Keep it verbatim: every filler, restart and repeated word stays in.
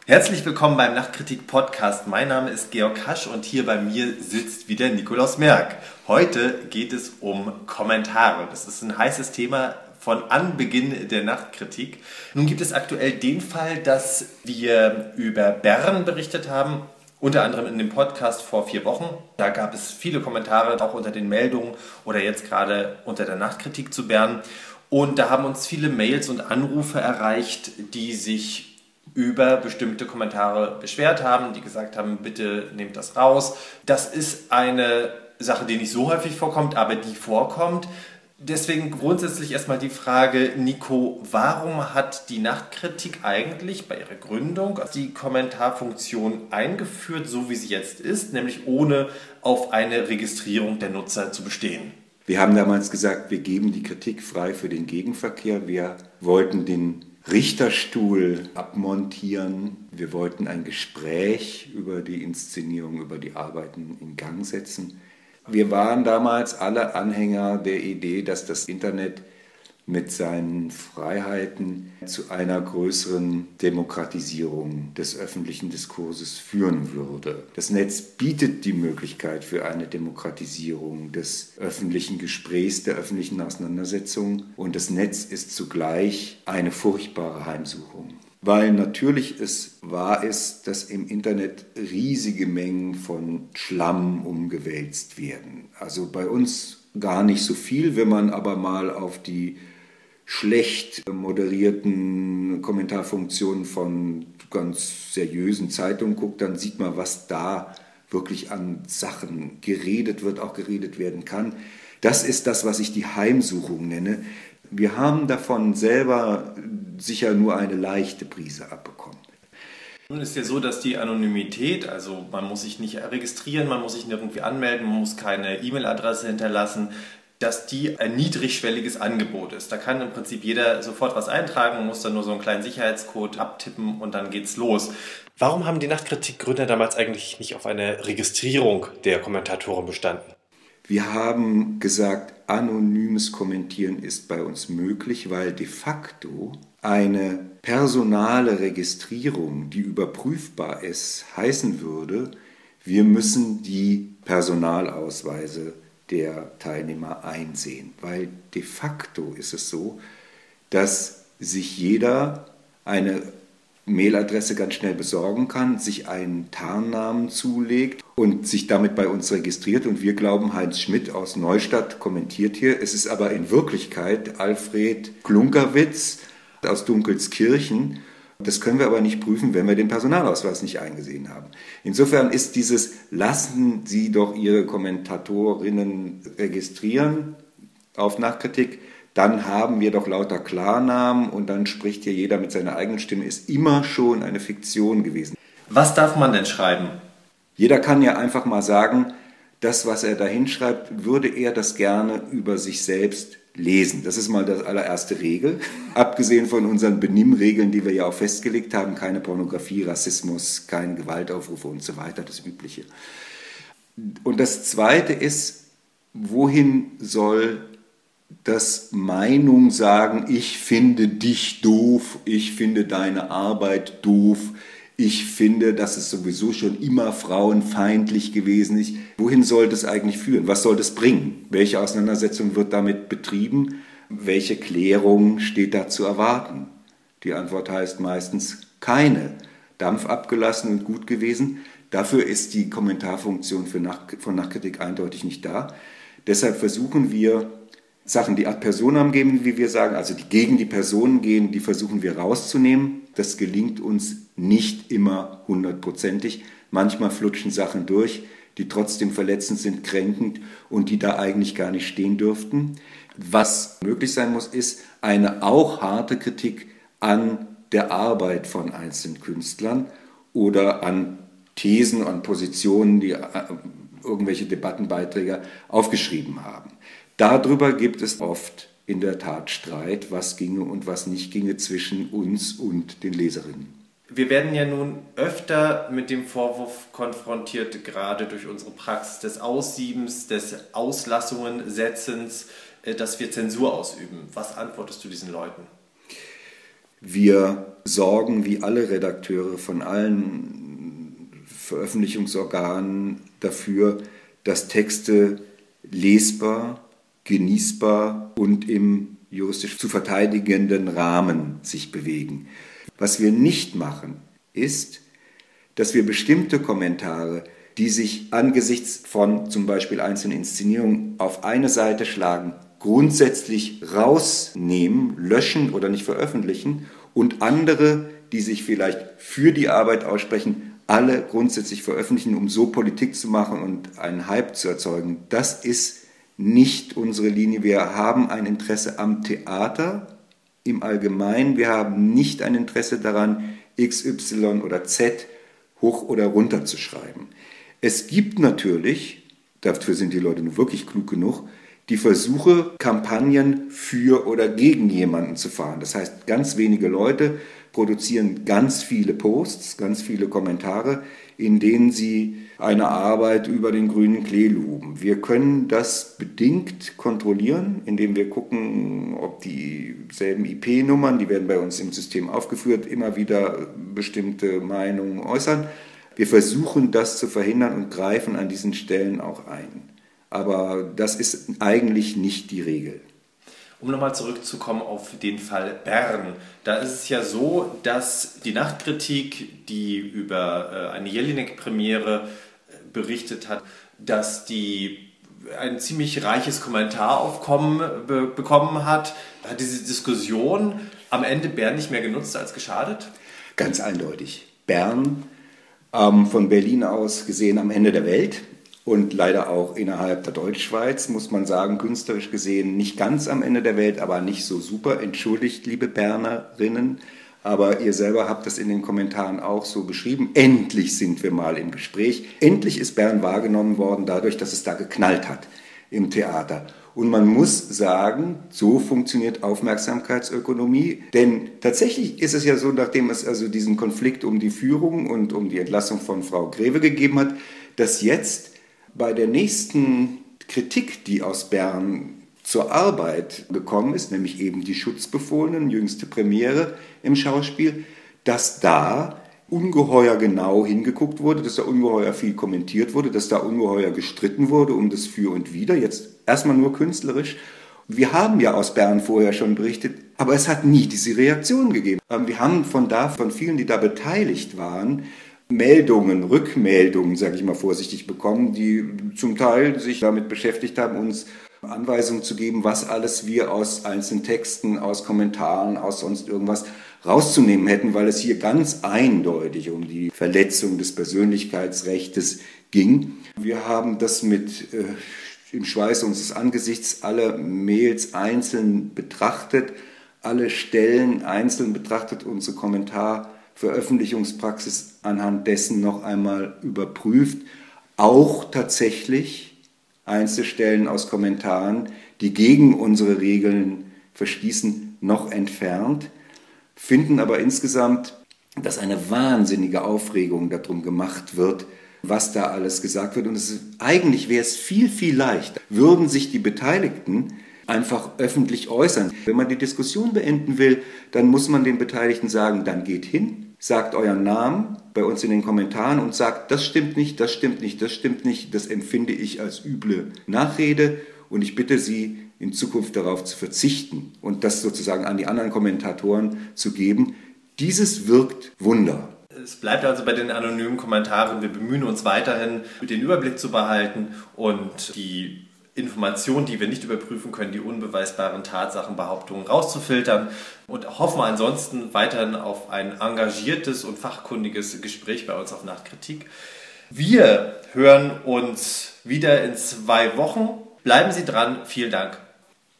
Herzlich willkommen beim Nachtkritik-Podcast. Mein Name ist Georg Hasch und hier bei mir sitzt wieder Nikolaus Merck. Heute geht es um Kommentare. Das ist ein heißes Thema von Anbeginn der Nachtkritik. Nun gibt es aktuell den Fall, dass wir über Bern berichtet haben, unter anderem in dem Podcast vor vier Wochen. Da gab es viele Kommentare, auch unter den Meldungen oder jetzt gerade unter der Nachtkritik zu Bern. Und da haben uns viele Mails und Anrufe erreicht, die sich über bestimmte Kommentare beschwert haben, die gesagt haben, bitte nehmt das raus. Das ist eine Sache, die nicht so häufig vorkommt, aber die vorkommt. Deswegen grundsätzlich erstmal die Frage, Nico, warum hat die Nachtkritik eigentlich bei ihrer Gründung die Kommentarfunktion eingeführt, so wie sie jetzt ist, nämlich ohne auf eine Registrierung der Nutzer zu bestehen? Wir haben damals gesagt, wir geben die Kritik frei für den Gegenverkehr. Wir wollten den Richterstuhl abmontieren. Wir wollten ein Gespräch über die Inszenierung, über die Arbeiten in Gang setzen. Wir waren damals alle Anhänger der Idee, dass das Internet mit seinen Freiheiten zu einer größeren Demokratisierung des öffentlichen Diskurses führen würde. Das Netz bietet die Möglichkeit für eine Demokratisierung des öffentlichen Gesprächs, der öffentlichen Auseinandersetzung, und das Netz ist zugleich eine furchtbare Heimsuchung. Weil natürlich es wahr ist, dass im Internet riesige Mengen von Schlamm umgewälzt werden. Also bei uns gar nicht so viel, wenn man aber mal auf die schlecht moderierten Kommentarfunktionen von ganz seriösen Zeitungen guckt, dann sieht man, was da wirklich an Sachen geredet wird, auch geredet werden kann. Das ist das, was ich die Heimsuchung nenne. Wir haben davon selber sicher nur eine leichte Prise abbekommen. Nun ist ja so, dass die Anonymität, also man muss sich nicht registrieren, man muss sich nirgendwie anmelden, man muss keine E-Mail-Adresse hinterlassen, dass die ein niedrigschwelliges Angebot ist. Da kann im Prinzip jeder sofort was eintragen, muss dann nur so einen kleinen Sicherheitscode abtippen und dann geht's los. Warum haben die Nachtkritikgründer damals eigentlich nicht auf eine Registrierung der Kommentatoren bestanden? Wir haben gesagt, anonymes Kommentieren ist bei uns möglich, weil de facto eine personale Registrierung, die überprüfbar ist, heißen würde, wir müssen die Personalausweise der Teilnehmer einsehen. Weil de facto ist es so, dass sich jeder eine Mailadresse ganz schnell besorgen kann, sich einen Tarnnamen zulegt und sich damit bei uns registriert. Und wir glauben, Heinz Schmidt aus Neustadt kommentiert hier. Es ist aber in Wirklichkeit Alfred Klunkerwitz aus Dunkelskirchen. Das können wir aber nicht prüfen, wenn wir den Personalausweis nicht eingesehen haben. Insofern ist dieses, lassen Sie doch Ihre Kommentatorinnen registrieren auf Nachtkritik, dann haben wir doch lauter Klarnamen und dann spricht hier jeder mit seiner eigenen Stimme, ist immer schon eine Fiktion gewesen. Was darf man denn schreiben? Jeder kann ja einfach mal sagen, das, was er da hinschreibt, würde er das gerne über sich selbst lesen. Das ist mal die allererste Regel. Abgesehen von unseren Benimmregeln, die wir ja auch festgelegt haben, keine Pornografie, Rassismus, keine Gewaltaufrufe und so weiter, das Übliche. Und das Zweite ist, wohin soll das Meinung sagen, ich finde dich doof, ich finde deine Arbeit doof, ich finde, dass es sowieso schon immer frauenfeindlich gewesen ist. Wohin soll das eigentlich führen? Was soll das bringen? Welche Auseinandersetzung wird damit betrieben? Welche Klärung steht da zu erwarten? Die Antwort heißt meistens keine. Dampf abgelassen und gut gewesen. Dafür ist die Kommentarfunktion für Nach- von Nachtkritik eindeutig nicht da. Deshalb versuchen wir, Sachen, die ad personam gehen, wie wir sagen, also die gegen die Personen gehen, die versuchen wir rauszunehmen. Das gelingt uns nicht immer hundertprozentig. Manchmal flutschen Sachen durch, die trotzdem verletzend sind, kränkend und die da eigentlich gar nicht stehen dürften. Was möglich sein muss, ist eine auch harte Kritik an der Arbeit von einzelnen Künstlern oder an Thesen, an Positionen, die irgendwelche Debattenbeiträge aufgeschrieben haben. Darüber gibt es oft in der Tat Streit, was ginge und was nicht ginge zwischen uns und den Leserinnen. Wir werden ja nun öfter mit dem Vorwurf konfrontiert, gerade durch unsere Praxis des Aussiebens, des Auslassungen-Setzens, dass wir Zensur ausüben. Was antwortest du diesen Leuten? Wir sorgen wie alle Redakteure von allen Veröffentlichungsorganen dafür, dass Texte lesbar, genießbar und im juristisch zu verteidigenden Rahmen sich bewegen. Was wir nicht machen, ist, dass wir bestimmte Kommentare, die sich angesichts von zum Beispiel einzelnen Inszenierungen auf eine Seite schlagen, grundsätzlich rausnehmen, löschen oder nicht veröffentlichen und andere, die sich vielleicht für die Arbeit aussprechen, alle grundsätzlich veröffentlichen, um so Politik zu machen und einen Hype zu erzeugen. Das ist nicht unsere Linie. Wir haben ein Interesse am Theater im Allgemeinen. Wir haben nicht ein Interesse daran, X, Y oder Z hoch oder runter zu schreiben. Es gibt natürlich, dafür sind die Leute nur wirklich klug genug, die Versuche, Kampagnen für oder gegen jemanden zu fahren. Das heißt, ganz wenige Leute produzieren ganz viele Posts, ganz viele Kommentare, in denen sie eine Arbeit über den grünen Klee loben. Wir können das bedingt kontrollieren, indem wir gucken, ob dieselben I P-Nummern, die werden bei uns im System aufgeführt, immer wieder bestimmte Meinungen äußern. Wir versuchen das zu verhindern und greifen an diesen Stellen auch ein. Aber das ist eigentlich nicht die Regel. Um nochmal zurückzukommen auf den Fall Bern. Da ist es ja so, dass die Nachtkritik, die über eine Jelinek-Premiere berichtet hat, dass die ein ziemlich reiches Kommentaraufkommen be- bekommen hat. Hat diese Diskussion am Ende Bern nicht mehr genutzt als geschadet? Ganz eindeutig. Bern, ähm, von Berlin aus gesehen am Ende der Welt. Und leider auch innerhalb der Deutschschweiz, muss man sagen, künstlerisch gesehen nicht ganz am Ende der Welt, aber nicht so super. Entschuldigt, liebe Bernerinnen, aber ihr selber habt das in den Kommentaren auch so beschrieben. Endlich sind wir mal im Gespräch. Endlich ist Bern wahrgenommen worden dadurch, dass es da geknallt hat im Theater. Und man muss sagen, so funktioniert Aufmerksamkeitsökonomie. Denn tatsächlich ist es ja so, nachdem es also diesen Konflikt um die Führung und um die Entlassung von Frau Greve gegeben hat, dass jetzt bei der nächsten Kritik, die aus Bern zur Arbeit gekommen ist, nämlich eben die Schutzbefohlenen, jüngste Premiere im Schauspiel, dass da ungeheuer genau hingeguckt wurde, dass da ungeheuer viel kommentiert wurde, dass da ungeheuer gestritten wurde um das Für und Wider, jetzt erstmal nur künstlerisch. Wir haben ja aus Bern vorher schon berichtet, aber es hat nie diese Reaktion gegeben. Wir haben von da, von vielen, die da beteiligt waren, Meldungen, Rückmeldungen, sage ich mal vorsichtig, bekommen, die zum Teil sich damit beschäftigt haben, uns Anweisungen zu geben, was alles wir aus einzelnen Texten, aus Kommentaren, aus sonst irgendwas rauszunehmen hätten, weil es hier ganz eindeutig um die Verletzung des Persönlichkeitsrechts ging. Wir haben das mit äh, im Schweiß unseres Angesichts alle Mails einzeln betrachtet, alle Stellen einzeln betrachtet, unsere Kommentar Veröffentlichungspraxis anhand dessen noch einmal überprüft, auch tatsächlich Einzelstellen aus Kommentaren, die gegen unsere Regeln verstießen, noch entfernt, finden aber insgesamt, dass eine wahnsinnige Aufregung darum gemacht wird, was da alles gesagt wird. Und es ist, eigentlich wäre es viel, viel leichter, würden sich die Beteiligten einfach öffentlich äußern. Wenn man die Diskussion beenden will, dann muss man den Beteiligten sagen, dann geht hin, sagt euren Namen bei uns in den Kommentaren und sagt, das stimmt nicht, das stimmt nicht, das stimmt nicht, das empfinde ich als üble Nachrede und ich bitte Sie, in Zukunft darauf zu verzichten und das sozusagen an die anderen Kommentatoren zu geben. Dieses wirkt Wunder. Es bleibt also bei den anonymen Kommentaren. Wir bemühen uns weiterhin, den Überblick zu behalten und die Informationen, die wir nicht überprüfen können, die unbeweisbaren Tatsachenbehauptungen rauszufiltern und hoffen ansonsten weiterhin auf ein engagiertes und fachkundiges Gespräch bei uns auf Nachtkritik. Wir hören uns wieder in zwei Wochen. Bleiben Sie dran. Vielen Dank.